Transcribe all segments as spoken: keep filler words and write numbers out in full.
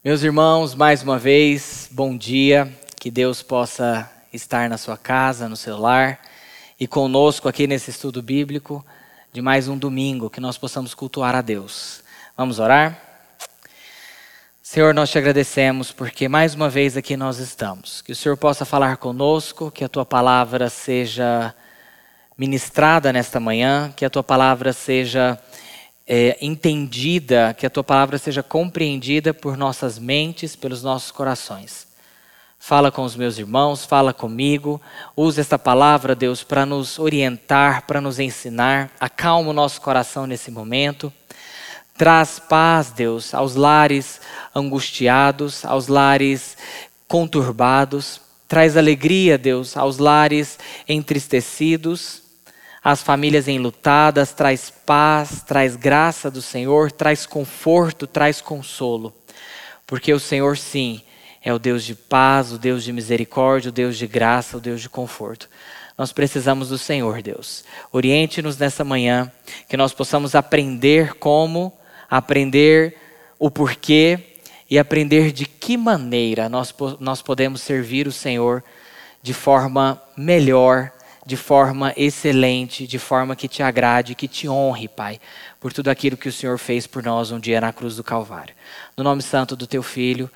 Meus irmãos, mais uma vez, bom dia. Que Deus possa estar na sua casa, no seu lar e conosco aqui nesse estudo bíblico de mais um domingo, que nós possamos cultuar a Deus. Vamos orar? Senhor, nós te agradecemos porque mais uma vez aqui nós estamos. Que o Senhor possa falar conosco, que a tua palavra seja ministrada nesta manhã, que a tua palavra seja É, entendida, que a tua palavra seja compreendida por nossas mentes, pelos nossos corações. Fala com os meus irmãos, fala comigo, usa esta palavra, Deus, para nos orientar, para nos ensinar, acalma o nosso coração nesse momento, traz paz, Deus, aos lares angustiados, aos lares conturbados, traz alegria, Deus, aos lares entristecidos, as famílias enlutadas, traz paz, traz graça do Senhor, traz conforto, traz consolo. Porque o Senhor, sim, é o Deus de paz, o Deus de misericórdia, o Deus de graça, o Deus de conforto. Nós precisamos do Senhor, Deus. Oriente-nos nessa manhã, que nós possamos aprender como, aprender o porquê e aprender de que maneira nós, nós podemos servir o Senhor de forma melhor, de forma excelente, de forma que te agrade, que te honre, Pai, por tudo aquilo que o Senhor fez por nós um dia na cruz do Calvário. No nome santo do teu Filho,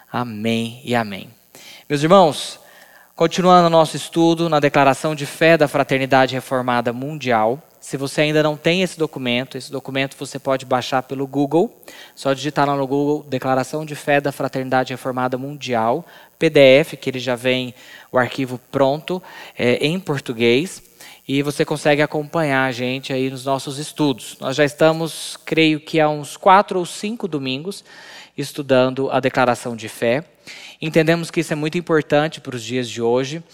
amém e amém. Meus irmãos, continuando o nosso estudo na Declaração de Fé da Fraternidade Reformada Mundial, se você ainda não tem esse documento, esse documento você pode baixar pelo Google, só digitar lá no Google, Declaração de Fé da Fraternidade Reformada Mundial, P D F, que ele já vem o arquivo pronto, é, em português, e você consegue acompanhar a gente aí nos nossos estudos. Nós já estamos, creio que há uns quatro ou cinco domingos, estudando a Declaração de Fé. Entendemos que isso é muito importante para os dias de hoje,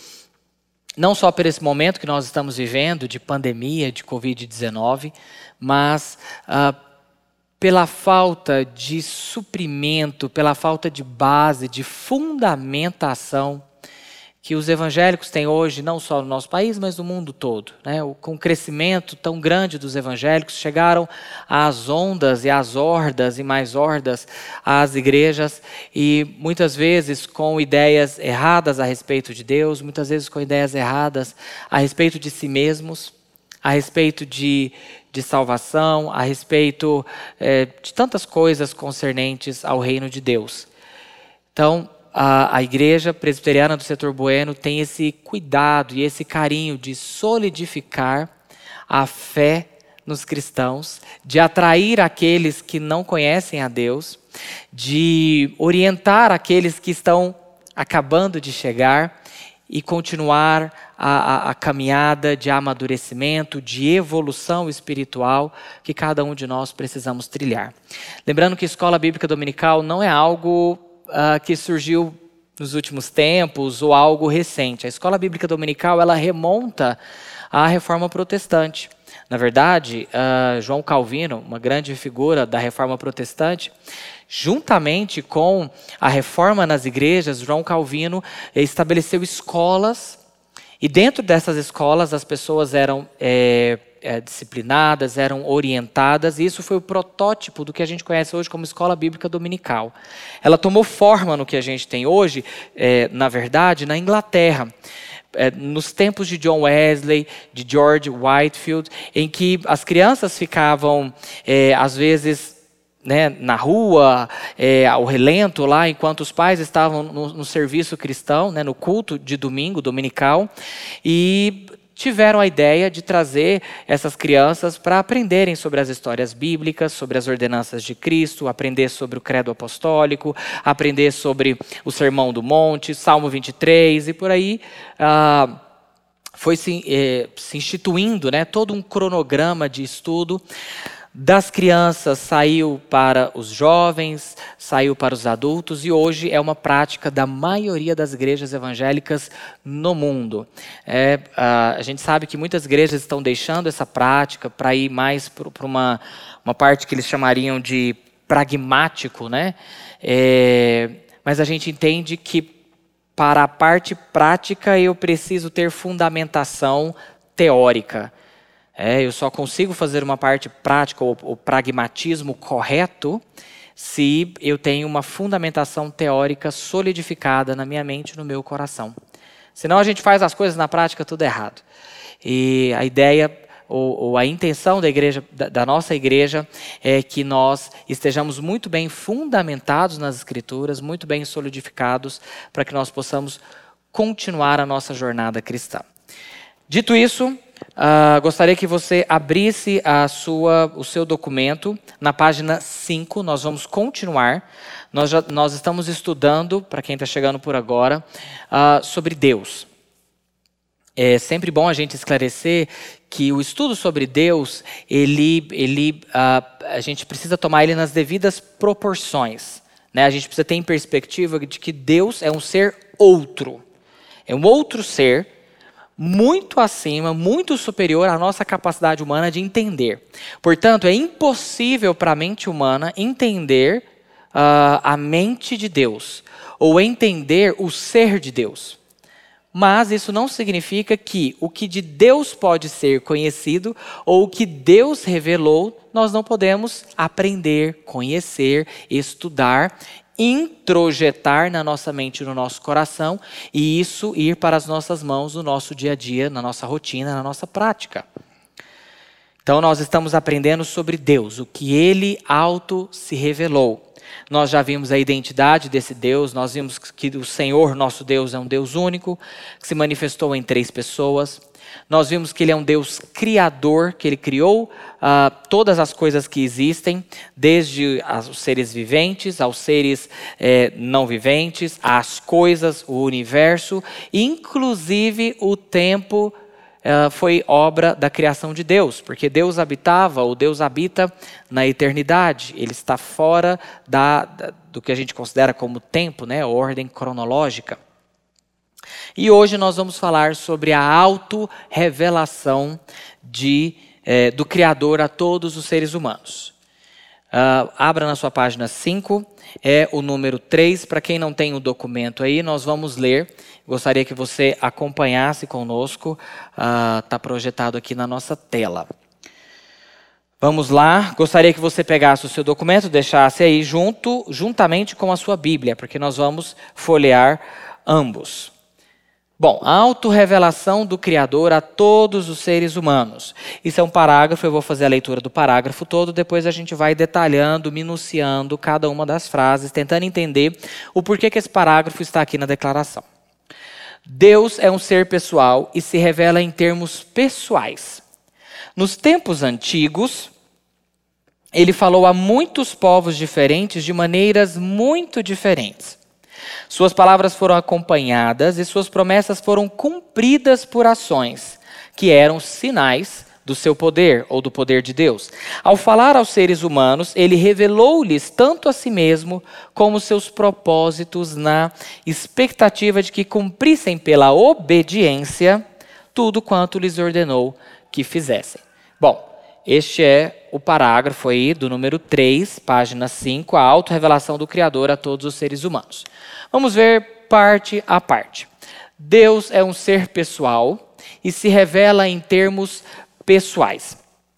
não só por esse momento que nós estamos vivendo de pandemia, de covid dezenove, mas ah, pela falta de suprimento, pela falta de base, de fundamentação que os evangélicos têm hoje, não só no nosso país, mas no mundo todo, né? Com o crescimento tão grande dos evangélicos, chegaram às ondas e às hordas e mais hordas às igrejas, e muitas vezes com ideias erradas a respeito de Deus, muitas vezes com ideias erradas a respeito de si mesmos, a respeito de, de salvação, a respeito é, de tantas coisas concernentes ao reino de Deus. Então, A, a Igreja Presbiteriana do Setor Bueno tem esse cuidado e esse carinho de solidificar a fé nos cristãos, de atrair aqueles que não conhecem a Deus, de orientar aqueles que estão acabando de chegar e continuar a, a, a caminhada de amadurecimento, de evolução espiritual que cada um de nós precisamos trilhar. Lembrando que Escola Bíblica Dominical não é algo Uh, que surgiu nos últimos tempos ou algo recente. A Escola Bíblica Dominical, ela remonta à Reforma Protestante. Na verdade, uh, João Calvino, uma grande figura da Reforma Protestante, juntamente com a reforma nas igrejas, João Calvino estabeleceu escolas, e dentro dessas escolas as pessoas eram é, é, disciplinadas, eram orientadas, e isso foi o protótipo do que a gente conhece hoje como Escola Bíblica Dominical. Ela tomou forma no que a gente tem hoje, é, na verdade, na Inglaterra, é, nos tempos de John Wesley, de George Whitefield, em que as crianças ficavam, é, às vezes, né, na rua, é, ao relento lá, enquanto os pais estavam no, no serviço cristão, né, no culto de domingo, dominical, e tiveram a ideia de trazer essas crianças para aprenderem sobre as histórias bíblicas, sobre as ordenanças de Cristo, aprender sobre o credo apostólico, aprender sobre o Sermão do Monte, Salmo vinte e três, e por aí ah, foi se, eh, se instituindo, né, todo um cronograma de estudo. Das crianças saiu para os jovens, saiu para os adultos, e hoje é uma prática da maioria das igrejas evangélicas no mundo. É, a, a gente sabe que muitas igrejas estão deixando essa prática para ir mais para uma, uma parte que eles chamariam de pragmático, né? É, mas a gente entende que para a parte prática eu preciso ter fundamentação teórica. É, eu só consigo fazer uma parte prática, ou o pragmatismo correto, se eu tenho uma fundamentação teórica solidificada na minha mente e no meu coração. Senão a gente faz as coisas na prática tudo errado. E a ideia ou, ou a intenção da, igreja, da, da nossa igreja é que nós estejamos muito bem fundamentados nas Escrituras, muito bem solidificados, para que nós possamos continuar a nossa jornada cristã. Dito isso, uh, gostaria que você abrisse a sua, o seu documento na página cinco, nós vamos continuar. Nós, já, nós estamos estudando, para quem está chegando por agora, uh, sobre Deus. É sempre bom a gente esclarecer que o estudo sobre Deus, ele, ele, uh, a gente precisa tomar ele nas devidas proporções. Né? A gente precisa ter em perspectiva de que Deus é um ser outro. É um outro ser muito acima, muito superior à nossa capacidade humana de entender. Portanto, é impossível para a mente humana entender uh, a mente de Deus ou entender o ser de Deus. Mas isso não significa que o que de Deus pode ser conhecido ou o que Deus revelou, nós não podemos aprender, conhecer, estudar, introjetar na nossa mente e no nosso coração e isso ir para as nossas mãos no nosso dia a dia, na nossa rotina, na nossa prática. Então nós estamos aprendendo sobre Deus, o que Ele auto se revelou. Nós já vimos a identidade desse Deus, nós vimos que o Senhor, nosso Deus, é um Deus único, que se manifestou em três pessoas. Nós vimos que Ele é um Deus criador, que Ele criou uh, todas as coisas que existem, desde os seres viventes aos seres eh, não viventes, as coisas, o universo, inclusive o tempo. Uh, foi obra da criação de Deus, porque Deus habitava, ou Deus habita na eternidade. Ele está fora da, da, do que a gente considera como tempo, né, ordem cronológica. E hoje nós vamos falar sobre a auto-revelação de, eh, do Criador a todos os seres humanos. Uh, abra na sua página cinco, é o número três. Para quem não tem o documento aí, nós vamos ler. Gostaria que você acompanhasse conosco. Está uh, projetado aqui na nossa tela. Vamos lá. Gostaria que você pegasse o seu documento, deixasse aí junto, juntamente com a sua Bíblia, porque nós vamos folhear ambos. Bom, a autorrevelação do Criador a todos os seres humanos. Isso é um parágrafo, eu vou fazer a leitura do parágrafo todo, depois a gente vai detalhando, minuciando cada uma das frases, tentando entender o porquê que esse parágrafo está aqui na declaração. Deus é um ser pessoal e se revela em termos pessoais. Nos tempos antigos, Ele falou a muitos povos diferentes de maneiras muito diferentes. Suas palavras foram acompanhadas e suas promessas foram cumpridas por ações, que eram sinais do seu poder ou do poder de Deus. Ao falar aos seres humanos, Ele revelou-lhes tanto a si mesmo como seus propósitos na expectativa de que cumprissem pela obediência tudo quanto lhes ordenou que fizessem. Bom, este é o parágrafo aí do número três, página cinco, a autorrevelação do Criador a todos os seres humanos. Vamos ver parte a parte. Deus é um ser pessoal e se revela em termos pessoais.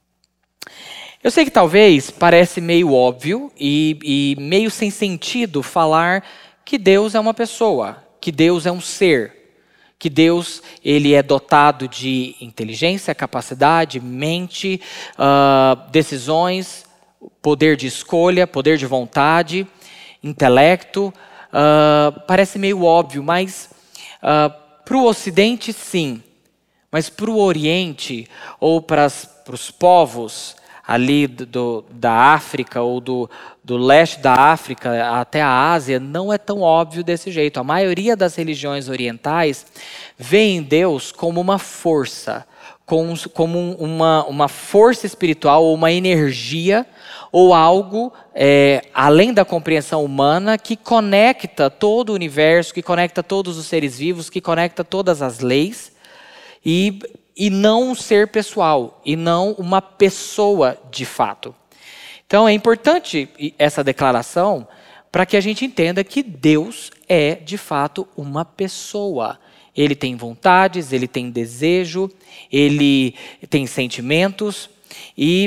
Eu sei que talvez parece meio óbvio e, e meio sem sentido falar que Deus é uma pessoa, que Deus é um ser, que Deus ele é dotado de inteligência, capacidade, mente, uh, decisões, poder de escolha, poder de vontade, intelecto. Uh, parece meio óbvio, mas uh, para o Ocidente, sim. Mas para o Oriente, ou para os povos ali do, do, da África, ou do, do leste da África até a Ásia, não é tão óbvio desse jeito. A maioria das religiões orientais vê em Deus como uma força, como, como uma, uma força espiritual, ou uma energia, ou algo é, além da compreensão humana que conecta todo o universo, que conecta todos os seres vivos, que conecta todas as leis, e, e não um ser pessoal, e não uma pessoa de fato. Então é importante essa declaração para que a gente entenda que Deus é de fato uma pessoa. Ele tem vontades, ele tem desejo, ele tem sentimentos e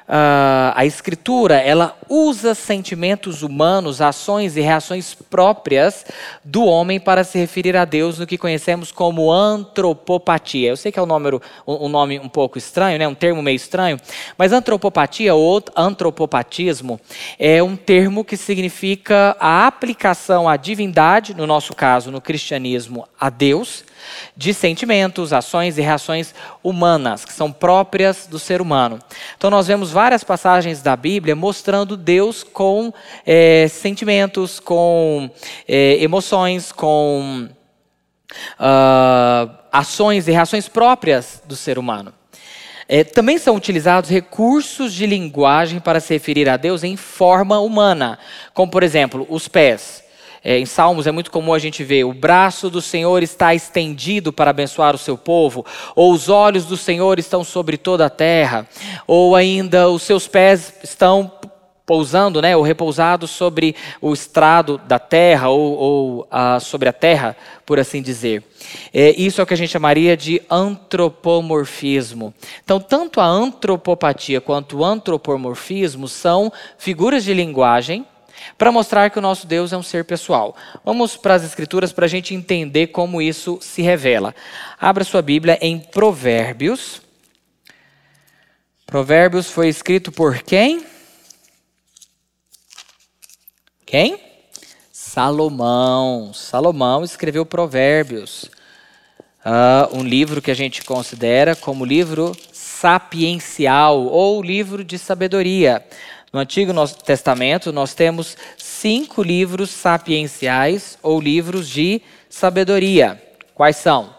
uh, a Escritura, ela usa sentimentos humanos, ações e reações próprias do homem para se referir a Deus no que conhecemos como antropopatia. Eu sei que é um nome um, um nome um pouco estranho, né? Um termo meio estranho, mas antropopatia ou antropopatismo é um termo que significa a aplicação à divindade, no nosso caso, no cristianismo, a Deus, de sentimentos, ações e reações humanas, que são próprias do ser humano. Então nós vemos várias passagens da Bíblia mostrando Deus com é, sentimentos, com é, emoções, com uh, ações e reações próprias do ser humano. É, também são utilizados recursos de linguagem para se referir a Deus em forma humana, como por exemplo, os pés. É, em Salmos é muito comum a gente ver: o braço do Senhor está estendido para abençoar o seu povo, ou os olhos do Senhor estão sobre toda a terra, ou ainda os seus pés estão pousando, né, ou repousados sobre o estrado da terra, ou, ou ah, sobre a terra, por assim dizer. É, isso é o que a gente chamaria de antropomorfismo. Então, tanto a antropopatia quanto o antropomorfismo são figuras de linguagem para mostrar que o nosso Deus é um ser pessoal. Vamos para as Escrituras para a gente entender como isso se revela. Abra sua Bíblia em Provérbios. Provérbios foi escrito por quem? Quem? Salomão. Salomão escreveu Provérbios. Uh, um livro que a gente considera como livro sapiencial ou livro de sabedoria. No Antigo Testamento, nós temos cinco livros sapienciais ou livros de sabedoria. Quais são?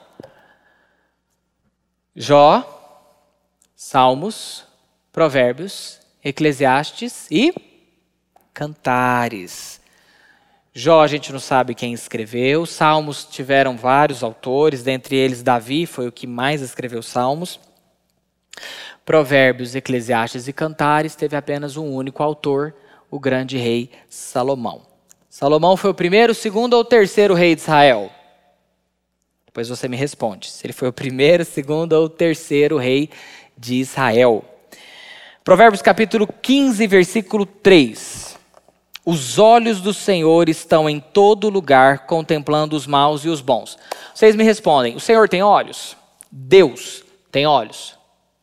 Jó, Salmos, Provérbios, Eclesiastes e Cantares. Jó a gente não sabe quem escreveu. Salmos tiveram vários autores, dentre eles Davi foi o que mais escreveu Salmos. Provérbios, Eclesiastes e Cantares teve apenas um único autor, o grande rei Salomão. Salomão foi o primeiro, segundo ou terceiro rei de Israel? Depois você me responde, se ele foi o primeiro, segundo ou terceiro rei de Israel. Provérbios capítulo quinze, versículo três. Os olhos do Senhor estão em todo lugar, contemplando os maus e os bons. Vocês me respondem, o Senhor tem olhos? Deus tem olhos?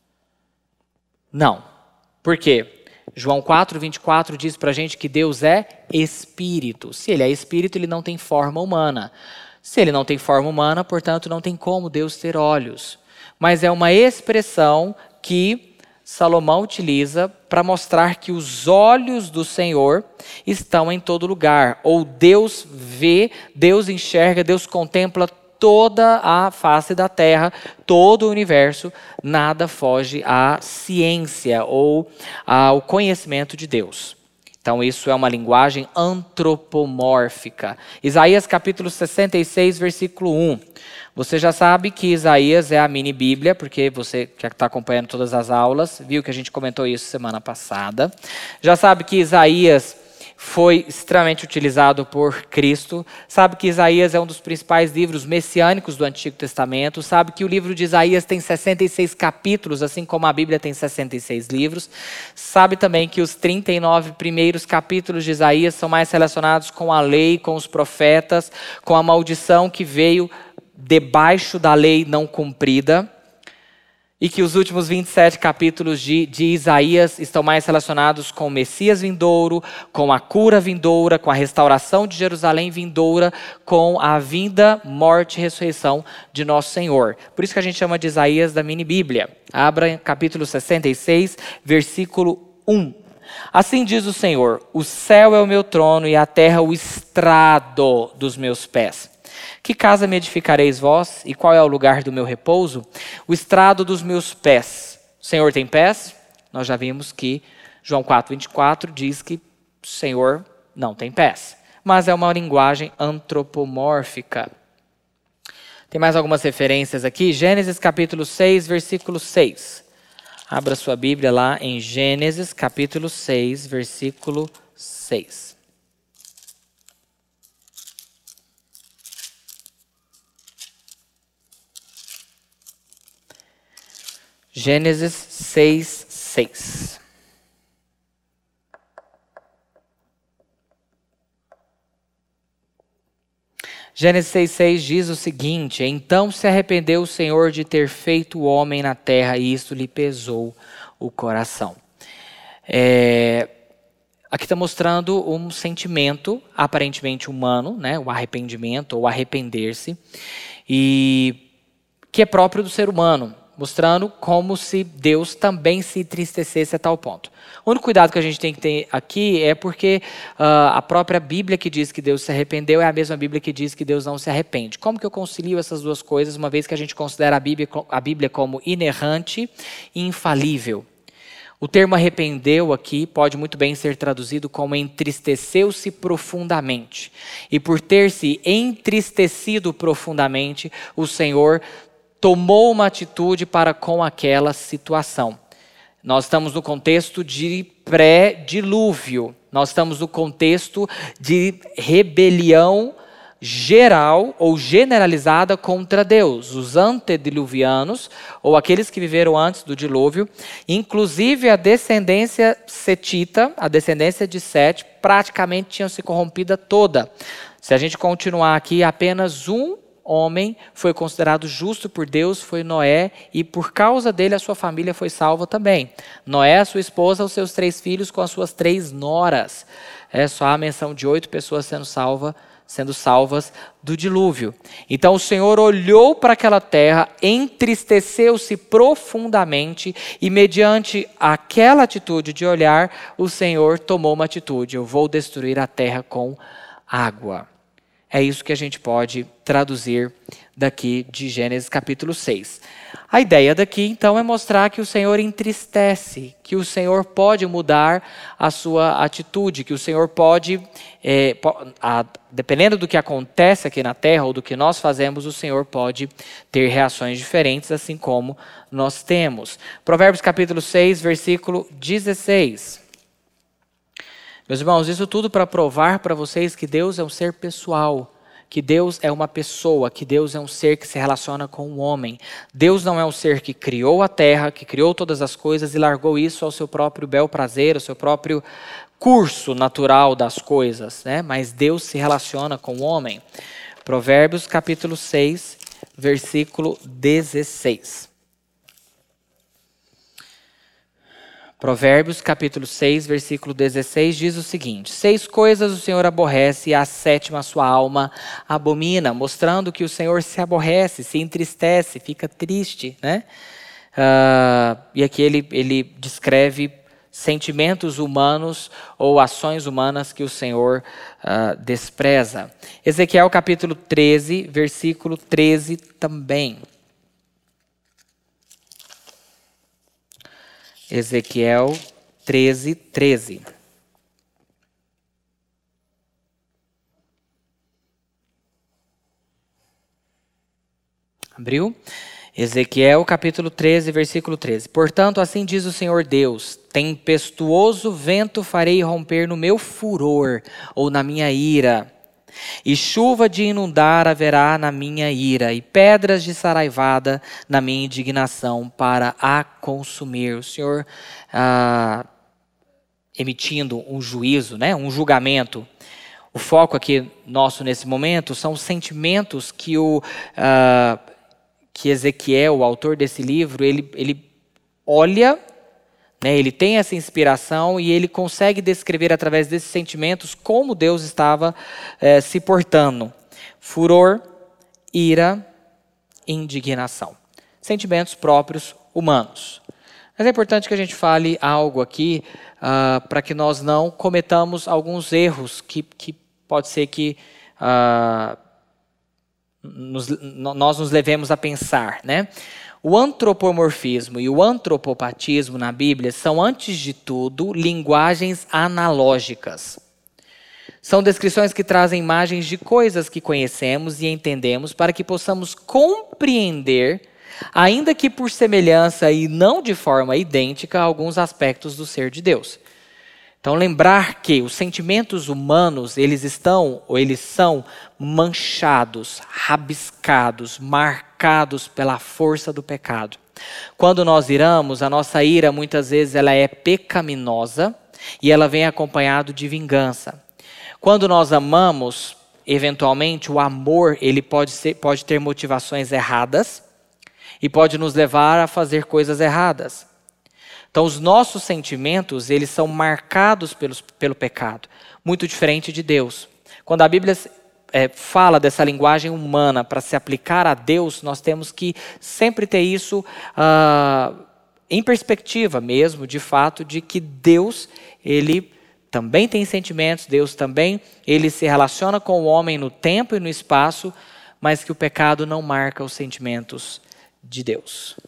Não. Por quê? João quatro, vinte e quatro diz pra gente que Deus é espírito. Se ele é espírito, ele não tem forma humana. Se ele não tem forma humana, portanto, não tem como Deus ter olhos. Mas é uma expressão que Salomão utiliza para mostrar que os olhos do Senhor estão em todo lugar. Ou Deus vê, Deus enxerga, Deus contempla toda a face da terra, todo o universo, nada foge à ciência ou ao conhecimento de Deus. Então isso é uma linguagem antropomórfica. Isaías capítulo sessenta e seis, versículo um. Você já sabe que Isaías é a mini Bíblia, porque você que está acompanhando todas as aulas, viu que a gente comentou isso semana passada. Já sabe que Isaías foi extremamente utilizado por Cristo. Sabe que Isaías é um dos principais livros messiânicos do Antigo Testamento. Sabe que o livro de Isaías tem sessenta e seis capítulos, assim como a Bíblia tem sessenta e seis livros. Sabe também que os trinta e nove primeiros capítulos de Isaías são mais relacionados com a lei, com os profetas, com a maldição que veio debaixo da lei não cumprida. E que os últimos vinte e sete capítulos de, de Isaías estão mais relacionados com o Messias vindouro, com a cura vindoura, com a restauração de Jerusalém vindoura, com a vinda, morte e ressurreição de nosso Senhor. Por isso que a gente chama de Isaías da mini Bíblia. Abra capítulo sessenta e seis, versículo um. Assim diz o Senhor: o céu é o meu trono e a terra o estrado dos meus pés. Que casa me edificareis vós, e qual é o lugar do meu repouso? O estrado dos meus pés. O Senhor tem pés? Nós já vimos que João quatro, vinte e quatro diz que o Senhor não tem pés. Mas é uma linguagem antropomórfica. Tem mais algumas referências aqui. Gênesis capítulo seis, versículo seis. Abra sua Bíblia lá em Gênesis capítulo seis, versículo seis. Gênesis seis, seis. Gênesis seis, seis diz o seguinte: então se arrependeu o Senhor de ter feito o homem na terra, e isto lhe pesou o coração. É, aqui está mostrando um sentimento aparentemente humano, né, o arrependimento ou arrepender-se, e que é próprio do ser humano, mostrando como se Deus também se entristecesse a tal ponto. O único cuidado que a gente tem que ter aqui é porque uh, a própria Bíblia que diz que Deus se arrependeu é a mesma Bíblia que diz que Deus não se arrepende. Como que eu concilio essas duas coisas, uma vez que a gente considera a Bíblia, a Bíblia como inerrante e infalível? O termo arrependeu aqui pode muito bem ser traduzido como entristeceu-se profundamente. E por ter se entristecido profundamente, o Senhor tomou uma atitude para com aquela situação. Nós estamos no contexto de pré-dilúvio. Nós estamos no contexto de rebelião geral ou generalizada contra Deus. Os antediluvianos, ou aqueles que viveram antes do dilúvio, inclusive a descendência setita, a descendência de Sete, praticamente tinham se corrompida toda. Se a gente continuar aqui, apenas um homem foi considerado justo por Deus, foi Noé, e por causa dele a sua família foi salva também. Noé, a sua esposa, os seus três filhos com as suas três noras. É só a menção de oito pessoas sendo salvas, sendo salvas do dilúvio. Então o Senhor olhou para aquela terra, entristeceu-se profundamente e mediante aquela atitude de olhar, o Senhor tomou uma atitude: eu vou destruir a terra com água. É isso que a gente pode traduzir daqui de Gênesis capítulo seis. A ideia daqui, então, é mostrar que o Senhor entristece, que o Senhor pode mudar a sua atitude, que o Senhor pode, é, a, dependendo do que acontece aqui na terra ou do que nós fazemos, o Senhor pode ter reações diferentes, assim como nós temos. Provérbios capítulo seis, versículo dezesseis. Meus irmãos, isso tudo para provar para vocês que Deus é um ser pessoal, que Deus é uma pessoa, que Deus é um ser que se relaciona com o homem. Deus não é um ser que criou a terra, que criou todas as coisas e largou isso ao seu próprio bel prazer, ao seu próprio curso natural das coisas, né? Mas Deus se relaciona com o homem. Provérbios capítulo seis, versículo dezesseis. Provérbios capítulo seis, versículo dezesseis diz o seguinte: seis coisas o Senhor aborrece e a sétima a sua alma abomina, mostrando que o Senhor se aborrece, se entristece, fica triste, né? Uh, e aqui ele, ele descreve sentimentos humanos ou ações humanas que o Senhor uh, despreza. Ezequiel capítulo treze, versículo treze também. Ezequiel treze, treze. Abriu? Ezequiel capítulo treze, versículo treze. Portanto, assim diz o Senhor Deus: tempestuoso vento farei romper no meu furor, ou na minha ira. E chuva de inundar haverá na minha ira, e pedras de saraivada na minha indignação para a consumir. O Senhor ah, emitindo um juízo, né, um julgamento. O foco aqui nosso nesse momento são os sentimentos que, o, ah, que Ezequiel, o autor desse livro, ele, ele olha, né, ele tem essa inspiração e ele consegue descrever através desses sentimentos como Deus estava eh, se portando. Furor, ira, indignação. Sentimentos próprios humanos. Mas é importante que a gente fale algo aqui uh, para que nós não cometamos alguns erros que, que pode ser que uh, nos, nós nos levemos a pensar, né? O antropomorfismo e o antropopatismo na Bíblia são, antes de tudo, linguagens analógicas. São descrições que trazem imagens de coisas que conhecemos e entendemos para que possamos compreender, ainda que por semelhança e não de forma idêntica, alguns aspectos do ser de Deus. Então, lembrar que os sentimentos humanos, eles estão, ou eles são manchados, rabiscados, marcados pela força do pecado. Quando nós iramos, a nossa ira muitas vezes ela é pecaminosa e ela vem acompanhado de vingança. Quando nós amamos, eventualmente, o amor ele pode, ser, pode ter motivações erradas e pode nos levar a fazer coisas erradas. Então, os nossos sentimentos, eles são marcados pelos, pelo pecado, muito diferente de Deus. Quando a Bíblia é, fala dessa linguagem humana para se aplicar a Deus, nós temos que sempre ter isso uh, em perspectiva mesmo, de fato, de que Deus, ele também tem sentimentos, Deus também, ele se relaciona com o homem no tempo e no espaço, mas que o pecado não marca os sentimentos de Deus.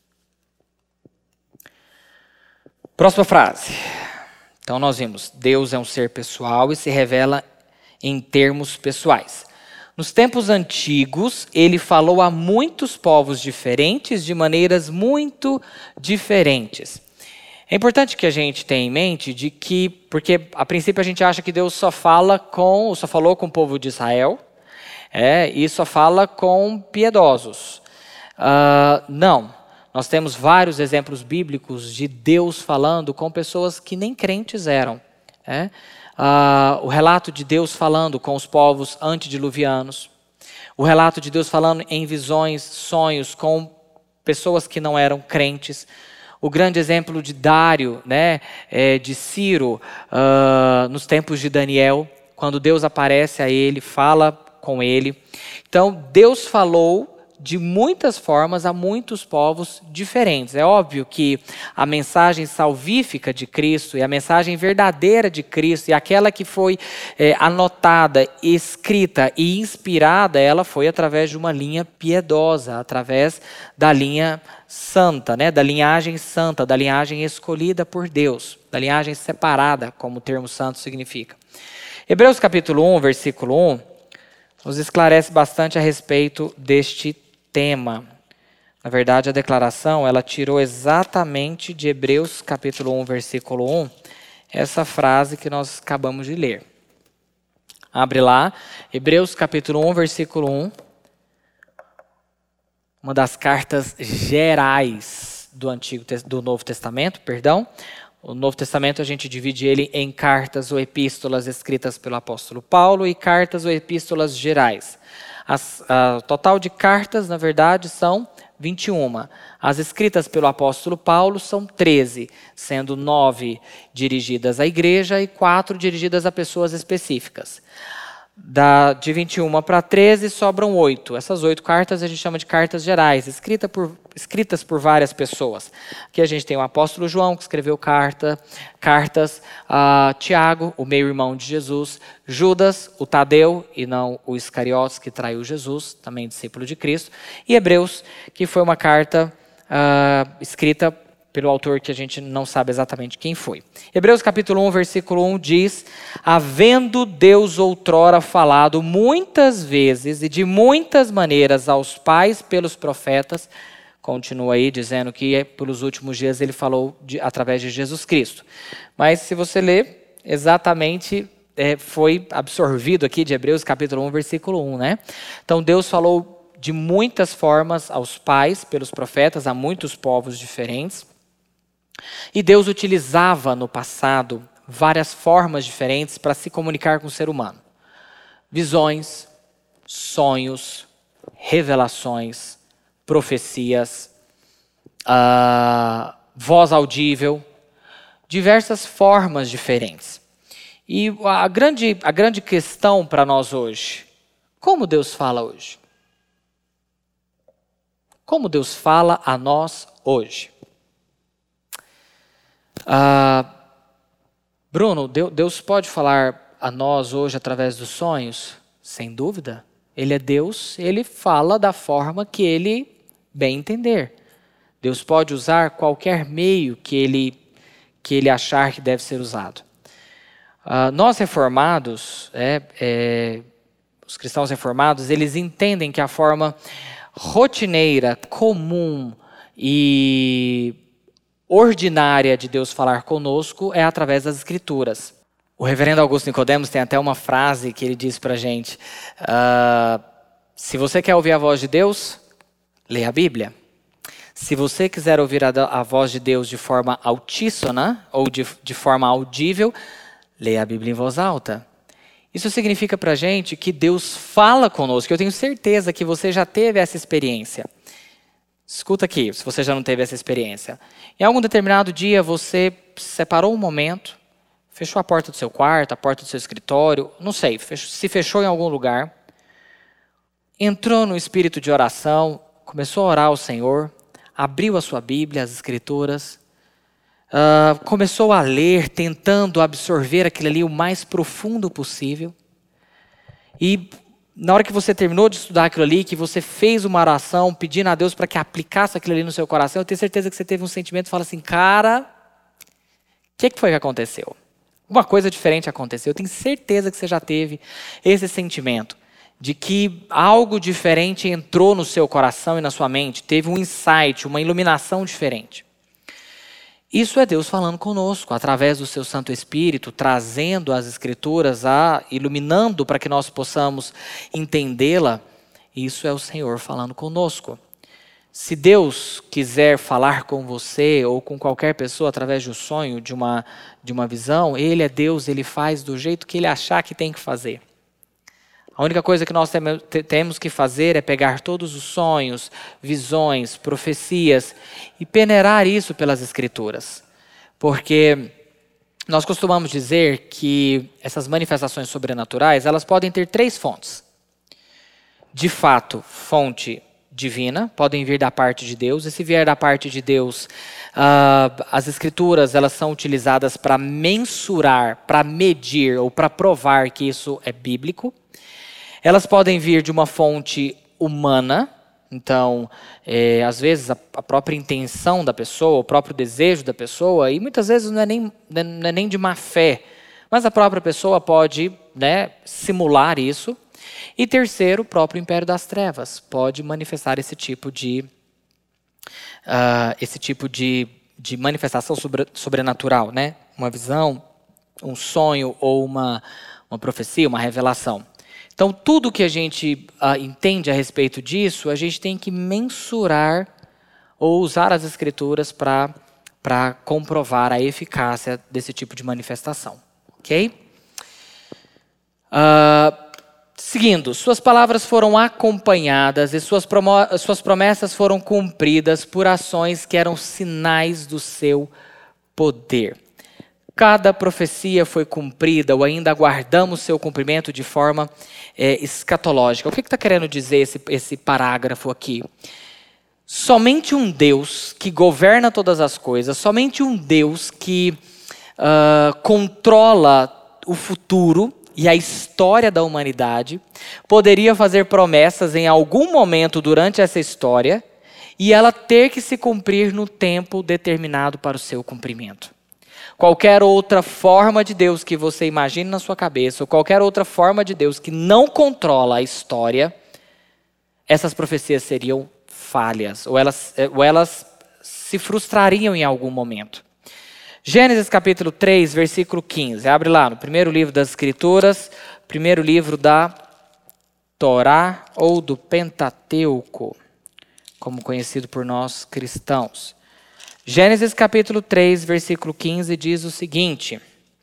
Próxima frase. Então nós vimos, Deus é um ser pessoal e se revela em termos pessoais. Nos tempos antigos, ele falou a muitos povos diferentes de maneiras muito diferentes. É importante que a gente tenha em mente de que, porque a princípio a gente acha que Deus só fala com, só falou com o povo de Israel, é, e só fala com piedosos. Uh, não, nós temos vários exemplos bíblicos de Deus falando com pessoas que nem crentes eram. É? Uh, o relato de Deus falando com os povos antediluvianos, o relato de Deus falando em visões, sonhos com pessoas que não eram crentes. O grande exemplo de Dário, né, é, de Ciro, uh, nos tempos de Daniel, quando Deus aparece a ele, fala com ele. Então, Deus falou de muitas formas a muitos povos diferentes. É óbvio que a mensagem salvífica de Cristo e a mensagem verdadeira de Cristo e aquela que foi é, anotada, escrita e inspirada, ela foi através de uma linha piedosa, através da linha santa, né? Da linhagem santa, da linhagem escolhida por Deus, da linhagem separada, como o termo santo significa. Hebreus capítulo um, versículo um, nos esclarece bastante a respeito deste tema. Na verdade, a declaração, ela tirou exatamente de Hebreus capítulo um, versículo um, essa frase que nós acabamos de ler. Abre lá, Hebreus capítulo um, versículo um, uma das cartas gerais do Antigo, do Novo Testamento, perdão. O Novo Testamento a gente divide ele em cartas ou epístolas escritas pelo apóstolo Paulo e cartas ou epístolas gerais. O total de cartas, na verdade, são vinte e uma. As escritas pelo apóstolo Paulo são treze, sendo nove dirigidas à igreja e quatro dirigidas a pessoas específicas. Da, de vinte e uma para treze sobram oito. Essas oito cartas a gente chama de cartas gerais, escrita por, escritas por várias pessoas. Aqui a gente tem o apóstolo João, que escreveu carta, cartas, uh, Tiago, o meio-irmão de Jesus, Judas, o Tadeu, e não o Iscariotes, que traiu Jesus, também discípulo de Cristo, e Hebreus, que foi uma carta uh, escrita pelo autor que a gente não sabe exatamente quem foi. Hebreus capítulo um, versículo um diz: havendo Deus outrora falado muitas vezes e de muitas maneiras aos pais pelos profetas, continua aí dizendo que pelos últimos dias ele falou de, através de Jesus Cristo. Mas se você ler, exatamente é, foi absorvido aqui de Hebreus capítulo um, versículo um, né? Então Deus falou de muitas formas aos pais pelos profetas, a muitos povos diferentes. E Deus utilizava no passado várias formas diferentes para se comunicar com o ser humano. Visões, sonhos, revelações, profecias, uh, voz audível, diversas formas diferentes. E a grande, a grande questão para nós hoje, como Deus fala hoje? Como Deus fala a nós hoje? Uh, Bruno, Deus pode falar a nós hoje através dos sonhos? Sem dúvida. Ele é Deus, ele fala da forma que ele bem entender. Deus pode usar qualquer meio que ele, que ele achar que deve ser usado. Uh, nós reformados, é, é, os cristãos reformados, eles entendem que a forma rotineira, comum e ordinária de Deus falar conosco é através das Escrituras. O reverendo Augusto Nicodemos tem até uma frase que ele diz para a gente: uh, se você quer ouvir a voz de Deus, leia a Bíblia. Se você quiser ouvir a, a voz de Deus de forma altíssona ou de, de forma audível, leia a Bíblia em voz alta. Isso significa para a gente que Deus fala conosco. Eu tenho certeza que você já teve essa experiência. Escuta aqui, se você já não teve essa experiência. Em algum determinado dia você separou um momento, fechou a porta do seu quarto, a porta do seu escritório, não sei, fechou, se fechou em algum lugar, entrou no espírito de oração, começou a orar ao Senhor, abriu a sua Bíblia, as Escrituras, uh, começou a ler, tentando absorver aquilo ali o mais profundo possível. E na hora que você terminou de estudar aquilo ali, que você fez uma oração pedindo a Deus para que aplicasse aquilo ali no seu coração, eu tenho certeza que você teve um sentimento e fala assim, cara, o que, que foi que aconteceu? Uma coisa diferente aconteceu. Eu tenho certeza que você já teve esse sentimento de que algo diferente entrou no seu coração e na sua mente, teve um insight, uma iluminação diferente. Isso é Deus falando conosco, através do seu Santo Espírito, trazendo as Escrituras, a, iluminando para que nós possamos entendê-la. Isso é o Senhor falando conosco. Se Deus quiser falar com você ou com qualquer pessoa através de um sonho, de uma, de uma visão, Ele é Deus, Ele faz do jeito que Ele achar que tem que fazer. A única coisa que nós temos que fazer é pegar todos os sonhos, visões, profecias e peneirar isso pelas Escrituras. Porque nós costumamos dizer que essas manifestações sobrenaturais, elas podem ter três fontes. De fato, fonte divina, podem vir da parte de Deus. E se vier da parte de Deus, uh, as Escrituras elas são utilizadas para mensurar, para medir ou para provar que isso é bíblico. Elas podem vir de uma fonte humana, então, é, às vezes, a, a própria intenção da pessoa, o próprio desejo da pessoa, e muitas vezes não é nem, não é nem de má fé, mas a própria pessoa pode, né, simular isso. E terceiro, o próprio império das trevas pode manifestar esse tipo de, uh, esse tipo de, de manifestação sobre, sobrenatural, né? Uma visão, um sonho ou uma, uma profecia, uma revelação. Então, tudo que a gente uh, entende a respeito disso, a gente tem que mensurar ou usar as Escrituras para para comprovar a eficácia desse tipo de manifestação. Ok? Uh, seguindo, suas palavras foram acompanhadas e suas, suas promessas foram cumpridas por ações que eram sinais do seu poder. Cada profecia foi cumprida ou ainda aguardamos seu cumprimento de forma é, escatológica. O que está querendo dizer esse, esse parágrafo aqui? Somente um Deus que governa todas as coisas, somente um Deus que uh, controla o futuro e a história da humanidade poderia fazer promessas em algum momento durante essa história e ela ter que se cumprir no tempo determinado para o seu cumprimento. Qualquer outra forma de Deus que você imagine na sua cabeça, ou qualquer outra forma de Deus que não controla a história, essas profecias seriam falhas, ou elas, ou elas se frustrariam em algum momento. Gênesis capítulo três, versículo quinze. Abre lá no primeiro livro das Escrituras, primeiro livro da Torá ou do Pentateuco, como conhecido por nós cristãos. Gênesis capítulo três, versículo quinze diz o seguinte: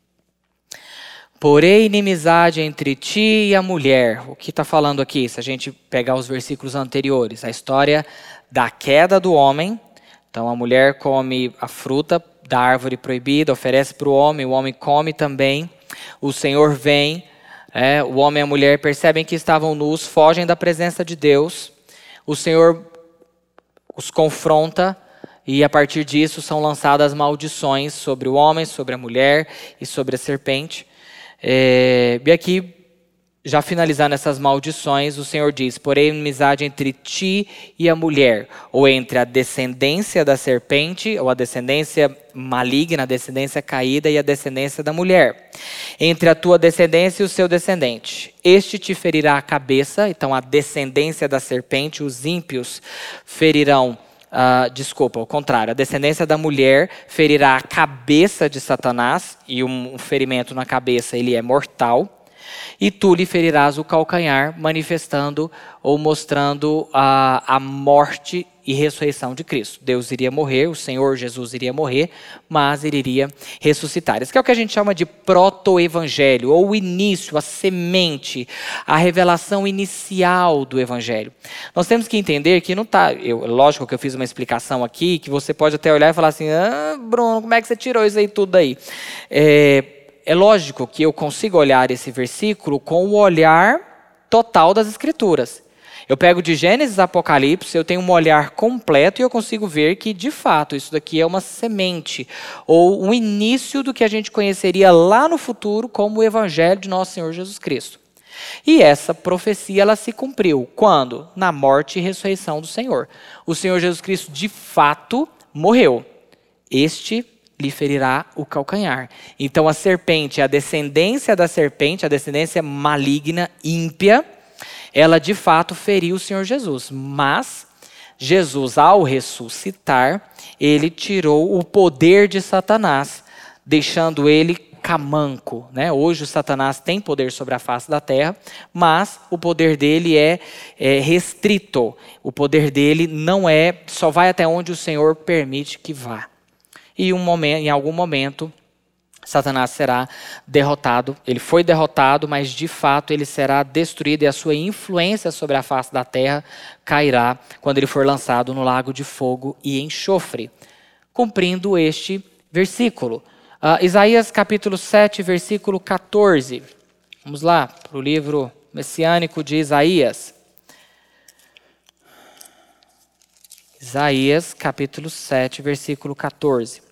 porém inimizade entre ti e a mulher. O que está falando aqui? Se a gente pegar os versículos anteriores, a história da queda do homem. Então a mulher come a fruta da árvore proibida, oferece para o homem, o homem come também. O Senhor vem, é, o homem e a mulher percebem que estavam nus, fogem da presença de Deus. O Senhor os confronta. E a partir disso são lançadas maldições sobre o homem, sobre a mulher e sobre a serpente. É, e aqui, já finalizando essas maldições, o Senhor diz: porém, inimizade entre ti e a mulher, ou entre a descendência da serpente, ou a descendência maligna, a descendência caída e a descendência da mulher. Entre a tua descendência e o seu descendente. Este te ferirá a cabeça, então a descendência da serpente, os ímpios ferirão. Uh, desculpa, ao contrário, a descendência da mulher ferirá a cabeça de Satanás, e um, um ferimento na cabeça ele é mortal. E tu lhe ferirás o calcanhar, manifestando ou mostrando a, a morte e ressurreição de Cristo. Deus iria morrer, o Senhor Jesus iria morrer, mas ele iria ressuscitar. Isso que é o que a gente chama de proto-evangelho, ou o início, a semente, a revelação inicial do evangelho. Nós temos que entender que não está... Lógico que eu fiz uma explicação aqui, que você pode até olhar e falar assim, ah, Bruno, como é que você tirou isso aí tudo aí? É, é lógico que eu consigo olhar esse versículo com o olhar total das Escrituras. Eu pego de Gênesis a Apocalipse, eu tenho um olhar completo e eu consigo ver que, de fato, isso daqui é uma semente ou um início do que a gente conheceria lá no futuro como o Evangelho de nosso Senhor Jesus Cristo. E essa profecia ela se cumpriu. Quando? Na morte e ressurreição do Senhor. O Senhor Jesus Cristo, de fato, morreu. Este lhe ferirá o calcanhar. Então a serpente, a descendência da serpente, a descendência maligna, ímpia, ela de fato feriu o Senhor Jesus, mas Jesus, ao ressuscitar, ele tirou o poder de Satanás, deixando ele camanco, né? Hoje o Satanás tem poder sobre a face da terra, mas o poder dele é, é restrito, o poder dele não é, só vai até onde o Senhor permite que vá. E um momento, em algum momento, Satanás será derrotado. Ele foi derrotado, mas de fato ele será destruído e a sua influência sobre a face da terra cairá quando ele for lançado no lago de fogo e enxofre. Cumprindo este versículo. Uh, Isaías capítulo sete, versículo quatorze. Vamos lá para o livro messiânico de Isaías. Isaías capítulo sete, versículo quatorze.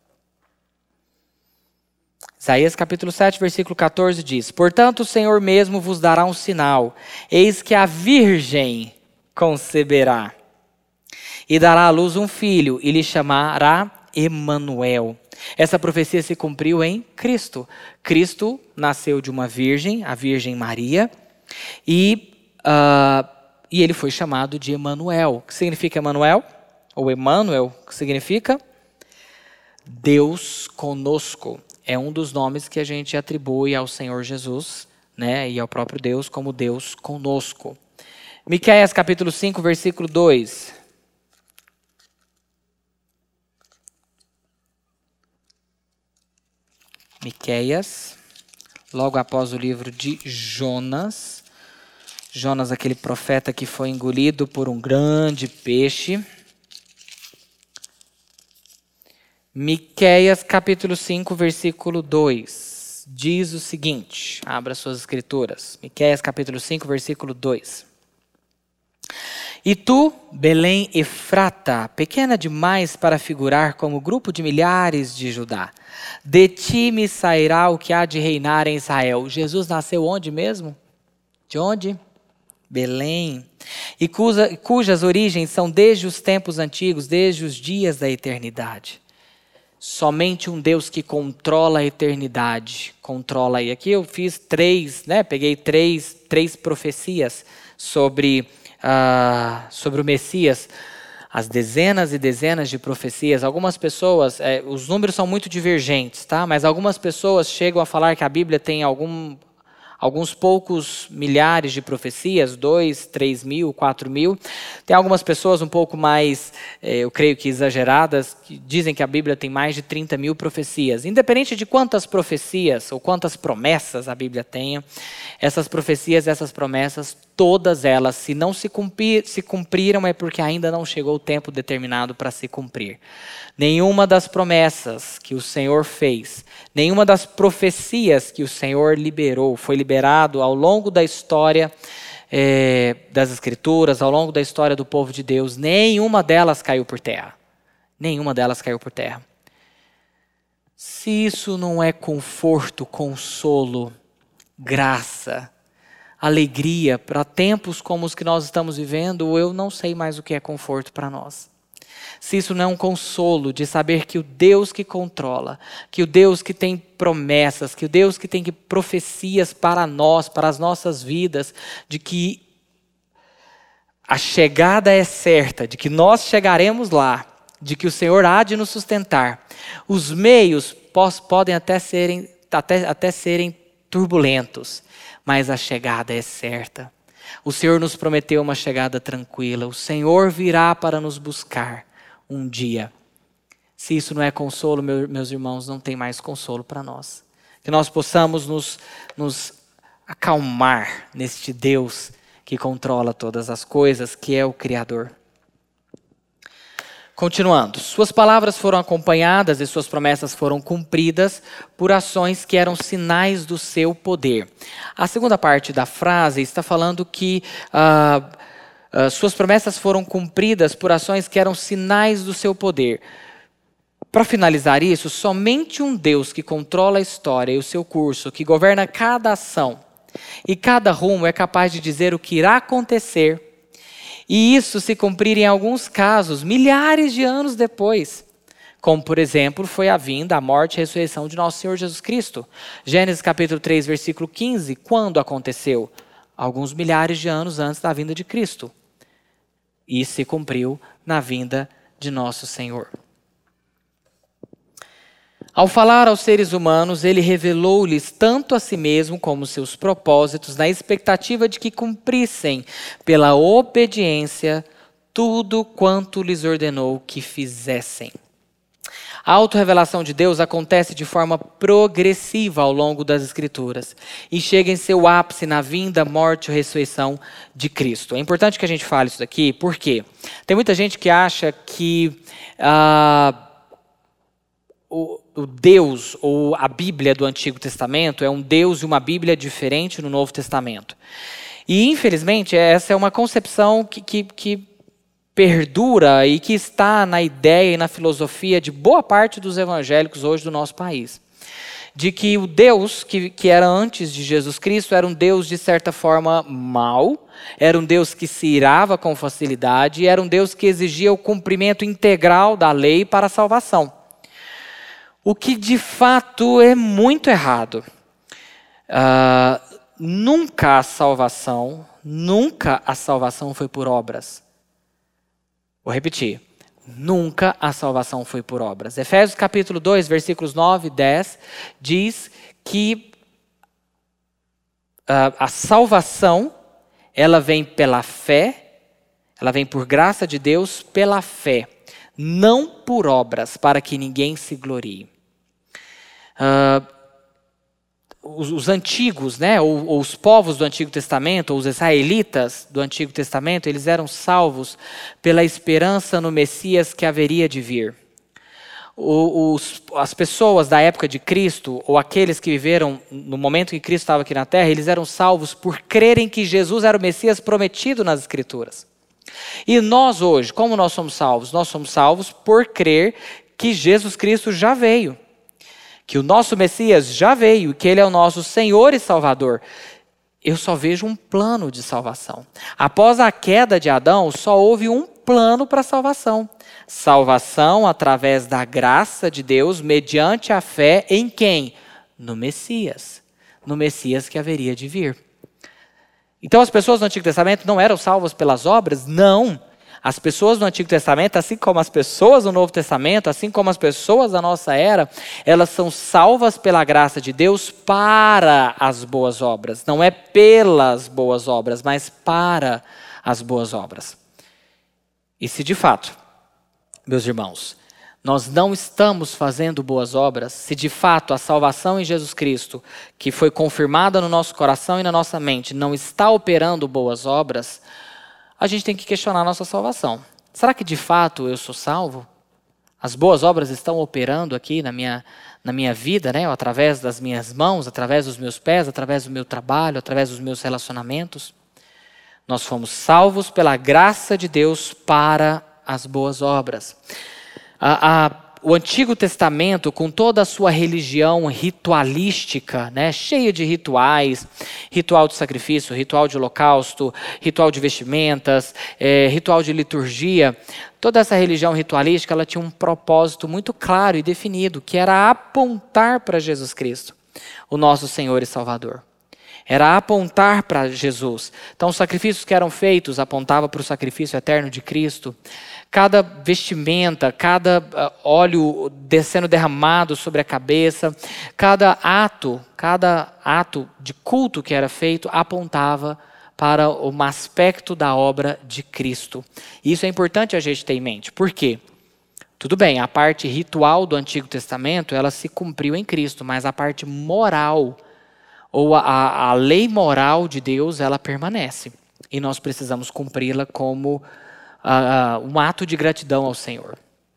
Isaías capítulo sete, versículo quatorze diz: Portanto, o Senhor mesmo vos dará um sinal. Eis que a virgem conceberá e dará à luz um filho e lhe chamará Emanuel. Essa profecia se cumpriu em Cristo. Cristo nasceu de uma virgem, a Virgem Maria, e, uh, e ele foi chamado de Emanuel. O que significa Emanuel? Ou Emmanuel, o que significa? Deus conosco. É um dos nomes que a gente atribui ao Senhor Jesus, né, e ao próprio Deus como Deus conosco. Miqueias capítulo cinco, versículo dois. Miqueias, logo após o livro de Jonas. Jonas, aquele profeta que foi engolido por um grande peixe. Miqueias capítulo cinco, versículo dois, diz o seguinte, abra suas escrituras, Miqueias capítulo cinco, versículo dois. E tu, Belém Efrata, pequena demais para figurar como grupo de milhares de Judá, de ti me sairá o que há de reinar em Israel. Jesus nasceu onde mesmo? De onde? Belém, e cuja, cujas origens são desde os tempos antigos, desde os dias da eternidade. Somente um Deus que controla a eternidade, controla. E aqui eu fiz três, né? Peguei três, três profecias sobre, uh, sobre o Messias. As dezenas e dezenas de profecias. Algumas pessoas, é, os números são muito divergentes, tá? Mas algumas pessoas chegam a falar que a Bíblia tem algum... alguns poucos milhares de profecias, dois, três mil, quatro mil. Tem algumas pessoas um pouco mais, eh, eu creio que exageradas, que dizem que a Bíblia tem mais de trinta mil profecias. Independente de quantas profecias ou quantas promessas a Bíblia tenha, essas profecias, essas promessas, todas elas, se não se, cumprir, se cumpriram, é porque ainda não chegou o tempo determinado para se cumprir. Nenhuma das promessas que o Senhor fez, nenhuma das profecias que o Senhor liberou, foi liberado ao longo da história é, das Escrituras, ao longo da história do povo de Deus, nenhuma delas caiu por terra. Nenhuma delas caiu por terra. Se isso não é conforto, consolo, graça, alegria para tempos como os que nós estamos vivendo, eu não sei mais o que é conforto para nós. Se isso não é um consolo de saber que o Deus que controla, que o Deus que tem promessas, que o Deus que tem profecias para nós, para as nossas vidas, de que a chegada é certa, de que nós chegaremos lá, de que o Senhor há de nos sustentar. Os meios pos, podem até serem, até, até serem turbulentos. mas a chegada é certa. O Senhor nos prometeu uma chegada tranquila. O Senhor virá para nos buscar um dia. Se isso não é consolo, meu, meus irmãos, não tem mais consolo para nós. Que nós possamos nos, nos acalmar neste Deus que controla todas as coisas, que é o Criador. Continuando, suas palavras foram acompanhadas e suas promessas foram cumpridas por ações que eram sinais do seu poder. A segunda parte da frase está falando que ah, ah, suas promessas foram cumpridas por ações que eram sinais do seu poder. Para finalizar isso, somente um Deus que controla a história e o seu curso, que governa cada ação e cada rumo, é capaz de dizer o que irá acontecer. E isso se cumprir em alguns casos, milhares de anos depois. Como, por exemplo, foi a vinda, a morte e a ressurreição de nosso Senhor Jesus Cristo. Gênesis capítulo três, versículo quinze. Quando aconteceu? Alguns milhares de anos antes da vinda de Cristo. E se cumpriu na vinda de nosso Senhor. Ao falar aos seres humanos, ele revelou-lhes tanto a si mesmo como seus propósitos, na expectativa de que cumprissem, pela obediência, tudo quanto lhes ordenou que fizessem. A autorrevelação de Deus acontece de forma progressiva ao longo das Escrituras e chega em seu ápice na vinda, morte e ressurreição de Cristo. É importante que a gente fale isso daqui, porque tem muita gente que acha que ah, o, o Deus ou a Bíblia do Antigo Testamento é um Deus e uma Bíblia diferente no Novo Testamento. E, infelizmente, essa é uma concepção que, que, que perdura e que está na ideia e na filosofia de boa parte dos evangélicos hoje do nosso país. De que o Deus que, que era antes de Jesus Cristo era um Deus, de certa forma, mau, era um Deus que se irava com facilidade, e era um Deus que exigia o cumprimento integral da lei para a salvação. O que, de fato, é muito errado. Uh, nunca a salvação, nunca a salvação foi por obras. Vou repetir. Nunca a salvação foi por obras. Efésios capítulo dois, versículos nove e dez, diz que uh, a salvação, ela vem pela fé, ela vem por graça de Deus pela fé, não por obras, para que ninguém se glorie. Uh, os, os antigos, né, ou, ou os povos do Antigo Testamento, ou os israelitas do Antigo Testamento, eles eram salvos pela esperança no Messias que haveria de vir. O, os, as pessoas da época de Cristo, ou aqueles que viveram no momento que Cristo estava aqui na Terra, eles eram salvos por crerem que Jesus era o Messias prometido nas Escrituras. E nós hoje, como nós somos salvos? Nós somos salvos por crer que Jesus Cristo já veio. Que o nosso Messias já veio, que Ele é o nosso Senhor e Salvador. Eu só vejo um plano de salvação. Após a queda de Adão, só houve um plano para a salvação. Salvação através da graça de Deus, mediante a fé em quem? No Messias. No Messias que haveria de vir. Então as pessoas do Antigo Testamento não eram salvas pelas obras? Não. As pessoas do Antigo Testamento, assim como as pessoas do Novo Testamento, assim como as pessoas da nossa era, elas são salvas pela graça de Deus para as boas obras. Não é pelas boas obras, mas para as boas obras. E se de fato, meus irmãos, nós não estamos fazendo boas obras, se de fato a salvação em Jesus Cristo, que foi confirmada no nosso coração e na nossa mente, não está operando boas obras, a gente tem que questionar a nossa salvação. Será que de fato eu sou salvo? As boas obras estão operando aqui na minha, na minha vida, né? Através das minhas mãos, através dos meus pés, através do meu trabalho, através dos meus relacionamentos? Nós fomos salvos pela graça de Deus para as boas obras. A, a, o Antigo Testamento, com toda a sua religião ritualística, né, cheia de rituais, ritual de sacrifício, ritual de holocausto, ritual de vestimentas, é, ritual de liturgia, toda essa religião ritualística, ela tinha um propósito muito claro e definido, que era apontar para Jesus Cristo, o nosso Senhor e Salvador. Era apontar para Jesus. Então, os sacrifícios que eram feitos apontavam para o sacrifício eterno de Cristo. Cada vestimenta, cada óleo descendo derramado sobre a cabeça, cada ato, cada ato de culto que era feito apontava para um aspecto da obra de Cristo. E isso é importante a gente ter em mente. Por quê? Tudo bem, a parte ritual do Antigo Testamento, ela se cumpriu em Cristo, mas a parte moral, ou a, a lei moral de Deus, ela permanece. E nós precisamos cumpri-la como Uh, um ato de gratidão ao Senhor.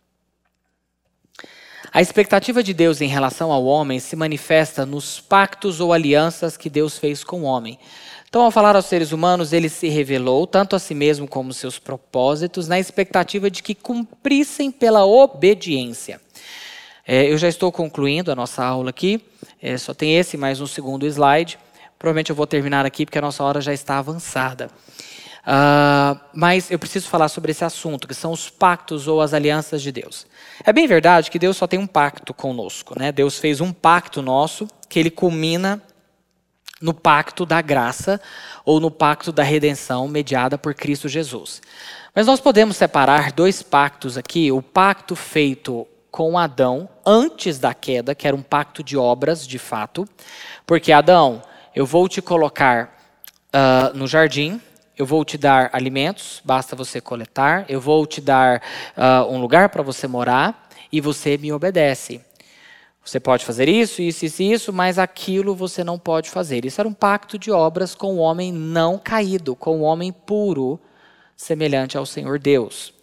A expectativa de Deus em relação ao homem se manifesta nos pactos ou alianças que Deus fez com o homem. Então, ao falar aos seres humanos, ele se revelou, tanto a si mesmo como seus propósitos, na expectativa de que cumprissem pela obediência. É, eu já estou concluindo a nossa aula aqui, é, só tem esse mais um segundo slide. Provavelmente eu vou terminar aqui porque a nossa hora já está avançada. Uh, mas eu preciso falar sobre esse assunto, que são os pactos ou as alianças de Deus. É bem verdade que Deus só tem um pacto conosco, né? Deus fez um pacto nosso, que ele culmina no pacto da graça, ou no pacto da redenção mediada por Cristo Jesus. Mas nós podemos separar dois pactos aqui, o pacto feito com Adão antes da queda, que era um pacto de obras, de fato, porque Adão, eu vou te colocar uh, no jardim, eu vou te dar alimentos, basta você coletar. Eu vou te dar uh, um lugar para você morar e você me obedece. Você pode fazer isso, isso, isso, isso, mas aquilo você não pode fazer. Isso era um pacto de obras com o homem não caído, com o homem puro, semelhante ao Senhor Deus.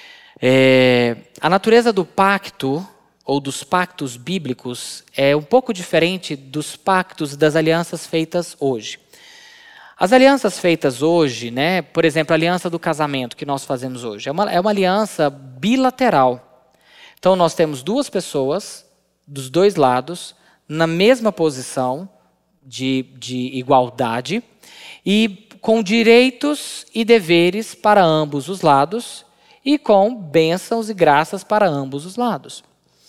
É, a natureza do pacto, ou dos pactos bíblicos, é um pouco diferente dos pactos das alianças feitas hoje. As alianças feitas hoje, né, por exemplo, a aliança do casamento que nós fazemos hoje, é uma, é uma aliança bilateral. Então, nós temos duas pessoas, dos dois lados, na mesma posição de, de igualdade, e com direitos e deveres para ambos os lados, e com bênçãos e graças para ambos os lados.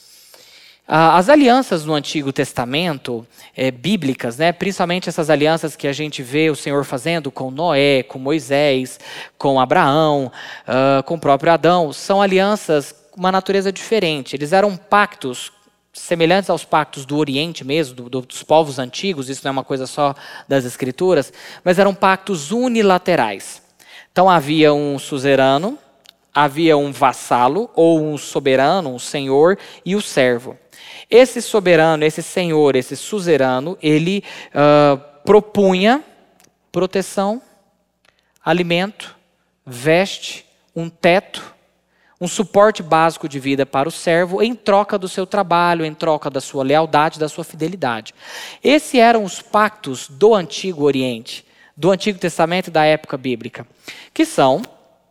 As alianças no Antigo Testamento, é, bíblicas, né, principalmente essas alianças que a gente vê o Senhor fazendo com Noé, com Moisés, com Abraão, uh, com o próprio Adão, são alianças com uma natureza diferente. Eles eram pactos semelhantes aos pactos do Oriente mesmo, do, do, dos povos antigos, isso não é uma coisa só das Escrituras, mas eram pactos unilaterais. Então havia um suzerano, havia um vassalo, ou um soberano, um senhor, e o servo. Esse soberano, esse senhor, esse suzerano, ele uh, propunha proteção, alimento, veste, um teto, um suporte básico de vida para o servo em troca do seu trabalho, em troca da sua lealdade, da sua fidelidade. Esses eram os pactos do Antigo Oriente, do Antigo Testamento e da época bíblica, que são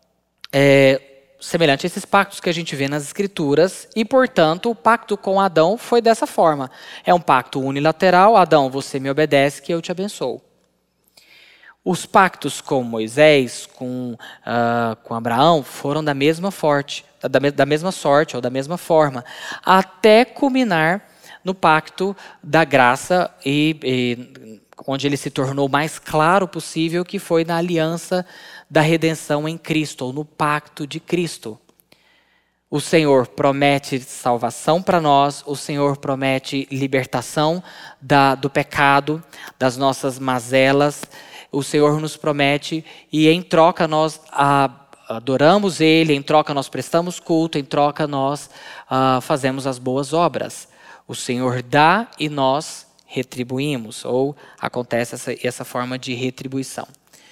é, semelhantes a esses pactos que a gente vê nas Escrituras, e, portanto, o pacto com Adão foi dessa forma. É um pacto unilateral: Adão, você me obedece que eu te abençoo. Os pactos com Moisés, com, uh, com Abraão, foram da mesma, forte, da, da mesma sorte, ou da mesma forma, até culminar no pacto da graça, e, e, onde ele se tornou o mais claro possível, que foi na aliança da redenção em Cristo, ou no pacto de Cristo. O Senhor promete salvação para nós, o Senhor promete libertação da, do pecado, das nossas mazelas. O Senhor nos promete, e em troca nós a, adoramos Ele, em troca nós prestamos culto, em troca nós a, fazemos as boas obras. O Senhor dá e nós retribuímos, ou acontece essa, essa forma de retribuição.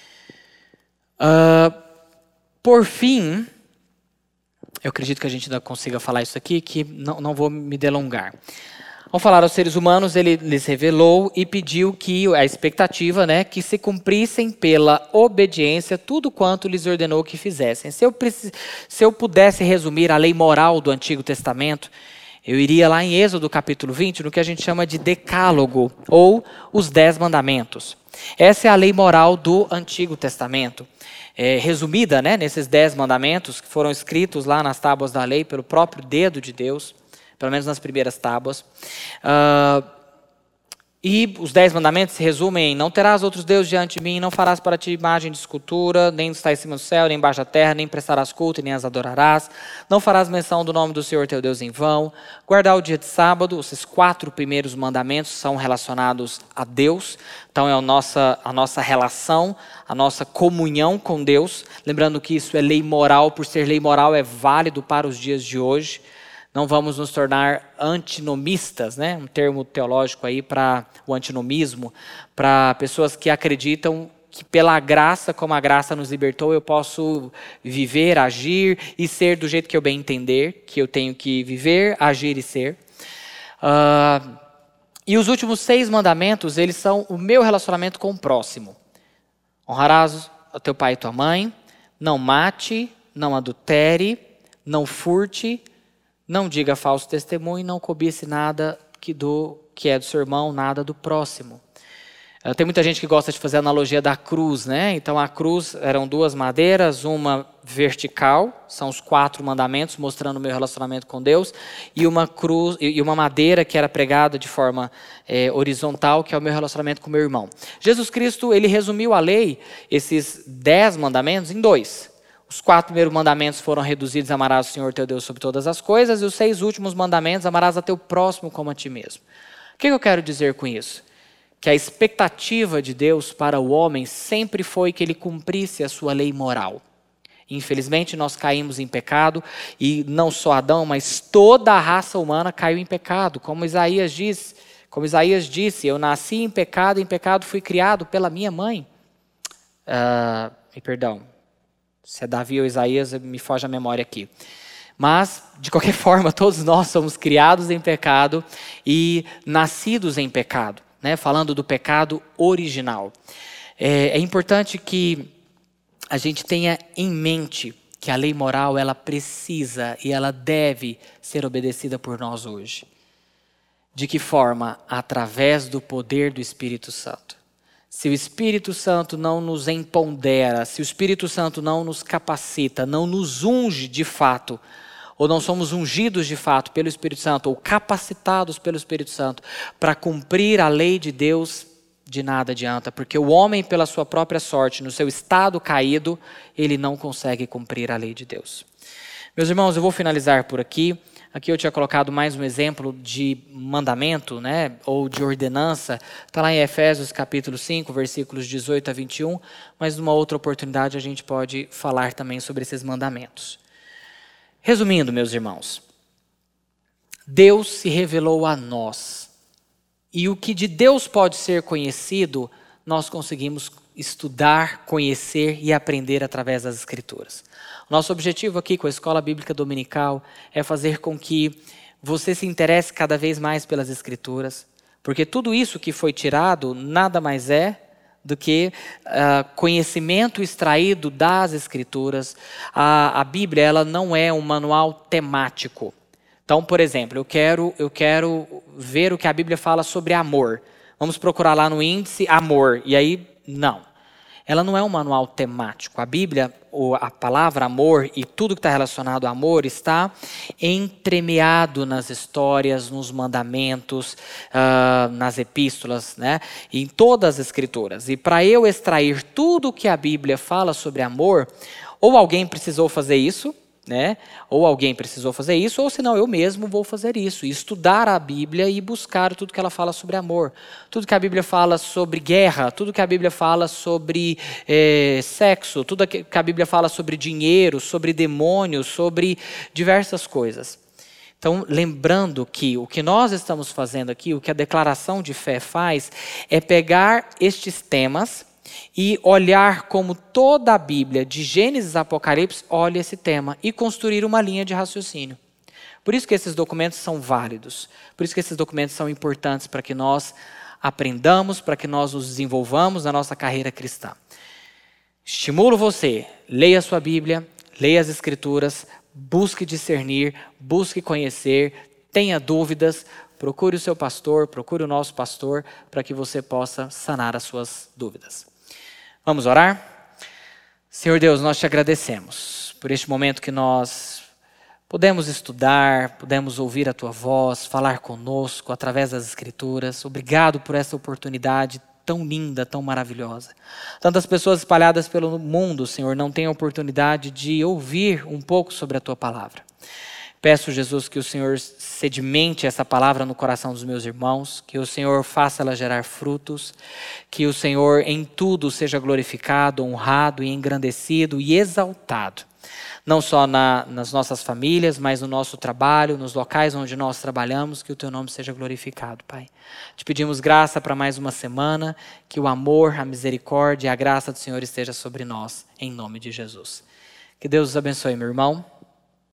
Uh, por fim, eu acredito que a gente ainda consiga falar isso aqui, que não, não vou me delongar. Ao falar aos seres humanos, ele lhes revelou e pediu que a expectativa, né, que se cumprissem pela obediência tudo quanto lhes ordenou que fizessem. Se eu, se eu pudesse resumir a lei moral do Antigo Testamento, eu iria lá em Êxodo capítulo vinte, no que a gente chama de decálogo, ou os dez mandamentos. Essa é a lei moral do Antigo Testamento. É, resumida, né, nesses dez mandamentos que foram escritos lá nas tábuas da lei pelo próprio dedo de Deus, pelo menos nas primeiras tábuas. Uh, E os dez mandamentos se resumem em: não terás outros deuses diante de mim, não farás para ti imagem de escultura, nem está em cima do céu, nem embaixo da terra, nem prestarás culto, nem as adorarás. Não farás menção do nome do Senhor teu Deus em vão. Guardar o dia de sábado. Esses quatro primeiros mandamentos são relacionados a Deus. Então é a nossa, a nossa relação, a nossa comunhão com Deus. Lembrando que isso é lei moral, por ser lei moral é válido para os dias de hoje. Não vamos nos tornar antinomistas, né? Um termo teológico aí para o antinomismo, para pessoas que acreditam que pela graça, como a graça nos libertou, eu posso viver, agir e ser do jeito que eu bem entender, que eu tenho que viver, agir e ser. Uh, e os últimos seis mandamentos, eles são o meu relacionamento com o próximo. Honrarás o teu pai e tua mãe, não mate, não adultere, não furte, não diga falso testemunho, não cobice nada que, do, que é do seu irmão, nada do próximo. Uh, tem muita gente que gosta de fazer a analogia da cruz, né? Então a cruz eram duas madeiras, uma vertical, são os quatro mandamentos, mostrando o meu relacionamento com Deus, e uma cruz e uma madeira que era pregada de forma é, horizontal, que é o meu relacionamento com o meu irmão. Jesus Cristo, ele resumiu a lei, esses dez mandamentos, em dois. Os quatro primeiros mandamentos foram reduzidos: amarás o Senhor teu Deus sobre todas as coisas, e os seis últimos mandamentos: amarás a teu próximo como a ti mesmo. O que eu quero dizer com isso? Que a expectativa de Deus para o homem sempre foi que ele cumprisse a sua lei moral. Infelizmente nós caímos em pecado, e não só Adão, mas toda a raça humana caiu em pecado. Como Isaías diz, como Isaías disse, eu nasci em pecado, em pecado fui criado pela minha mãe. Uh, e perdão. Se é Davi ou Isaías, me foge a memória aqui. Mas, de qualquer forma, todos nós somos criados em pecado e nascidos em pecado, né? Falando do pecado original. É, é importante que a gente tenha em mente que a lei moral, ela precisa e ela deve ser obedecida por nós hoje. De que forma? Através do poder do Espírito Santo. Se o Espírito Santo não nos empodera, se o Espírito Santo não nos capacita, não nos unge de fato, ou não somos ungidos de fato pelo Espírito Santo, ou capacitados pelo Espírito Santo para cumprir a lei de Deus, de nada adianta, porque o homem, pela sua própria sorte, no seu estado caído, ele não consegue cumprir a lei de Deus. Meus irmãos, eu vou finalizar por aqui. Aqui eu tinha colocado mais um exemplo de mandamento, né, ou de ordenança. Está lá em Efésios capítulo cinco, versículos dezoito a vinte e um. Mas numa outra oportunidade a gente pode falar também sobre esses mandamentos. Resumindo, meus irmãos, Deus se revelou a nós. E o que de Deus pode ser conhecido, nós conseguimos estudar, conhecer e aprender através das Escrituras. Nosso objetivo aqui com a Escola Bíblica Dominical é fazer com que você se interesse cada vez mais pelas Escrituras, porque tudo isso que foi tirado nada mais é do que uh, conhecimento extraído das Escrituras. A, a Bíblia, ela não é um manual temático. Então, por exemplo, eu quero, eu quero ver o que a Bíblia fala sobre amor. Vamos procurar lá no índice amor, e aí, não. Ela não é um manual temático. A Bíblia, a palavra amor e tudo que está relacionado ao amor está entremeado nas histórias, nos mandamentos, uh, nas epístolas, né? Em todas as escrituras. E para eu extrair tudo que a Bíblia fala sobre amor, ou alguém precisou fazer isso, né? Ou alguém precisou fazer isso, ou senão eu mesmo vou fazer isso. E estudar a Bíblia e buscar tudo que ela fala sobre amor. Tudo que a Bíblia fala sobre guerra, tudo que a Bíblia fala sobre é, sexo, tudo que a Bíblia fala sobre dinheiro, sobre demônios, sobre diversas coisas. Então, lembrando que o que nós estamos fazendo aqui, o que a declaração de fé faz, é pegar estes temas e olhar como toda a Bíblia, de Gênesis a Apocalipse, olha esse tema e construir uma linha de raciocínio. Por isso que esses documentos são válidos, por isso que esses documentos são importantes para que nós aprendamos, para que nós nos desenvolvamos na nossa carreira cristã. Estimulo você, leia a sua Bíblia, leia as Escrituras, busque discernir, busque conhecer, tenha dúvidas, procure o seu pastor, procure o nosso pastor, para que você possa sanar as suas dúvidas. Vamos orar? Senhor Deus, nós te agradecemos por este momento que nós Podemos estudar, podemos ouvir a Tua voz, falar conosco através das Escrituras. Obrigado por essa oportunidade tão linda, tão maravilhosa. Tantas pessoas espalhadas pelo mundo, Senhor, não têm a oportunidade de ouvir um pouco sobre a Tua palavra. Peço, Jesus, que o Senhor sedimente essa palavra no coração dos meus irmãos, que o Senhor faça ela gerar frutos, que o Senhor em tudo seja glorificado, honrado e engrandecido e exaltado. Não só na, nas nossas famílias, mas no nosso trabalho, nos locais onde nós trabalhamos, que o Teu nome seja glorificado, Pai. Te pedimos graça para mais uma semana, que o amor, a misericórdia e a graça do Senhor esteja sobre nós, em nome de Jesus. Que Deus os abençoe, meu irmão.